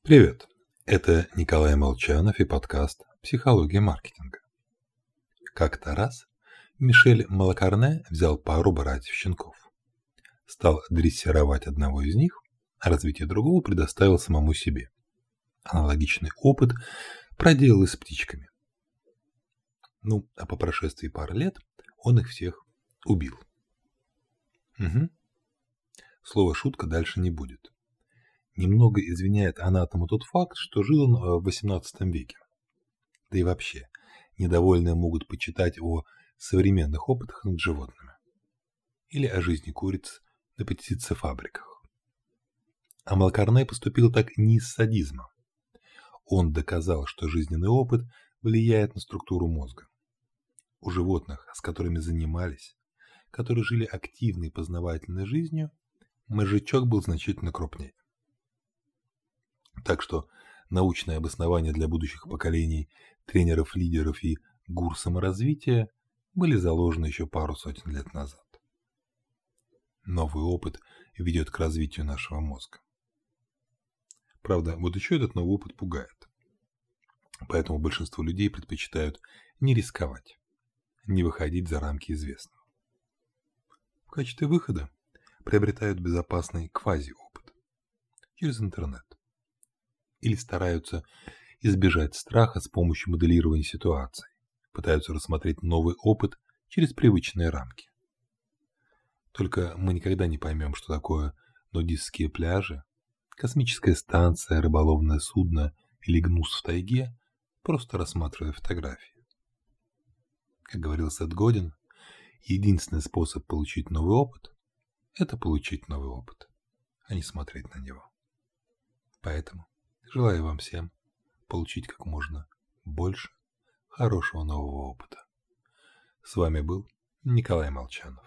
Привет! Это Николай Молчанов и подкаст «Психология маркетинга». Как-то раз Мишель Малакарне взял пару братьев-щенков. Стал дрессировать одного из них, а развитие другого предоставил самому себе. Аналогичный опыт проделал и с птичками. А по прошествии пары лет он их всех убил. Слово «шутка» дальше не будет. Немного извиняет анатому тот факт, что жил он в XVIII веке. Да и вообще, недовольные могут почитать о современных опытах над животными. Или о жизни куриц на птицефабриках. А Малакарне поступил так не из садизма. Он доказал, что жизненный опыт влияет на структуру мозга. У животных, с которыми занимались, которые жили активной познавательной жизнью, мозжечок был значительно крупнее. Так что научное обоснование для будущих поколений тренеров, лидеров и гур саморазвития были заложены еще пару сотен лет назад. Новый опыт ведет к развитию нашего мозга. Правда, вот еще этот новый опыт пугает. Поэтому большинство людей предпочитают не рисковать, не выходить за рамки известного. В качестве выхода приобретают безопасный квазиопыт через интернет. Или стараются избежать страха с помощью моделирования ситуаций, пытаются рассмотреть новый опыт через привычные рамки. Только мы никогда не поймем, что такое нудистские пляжи, космическая станция, рыболовное судно или гнус в тайге, просто рассматривая фотографии. Как говорил Сет Годин, единственный способ получить новый опыт – это получить новый опыт, а не смотреть на него. Поэтому желаю вам всем получить как можно больше хорошего нового опыта. С вами был Николай Молчанов.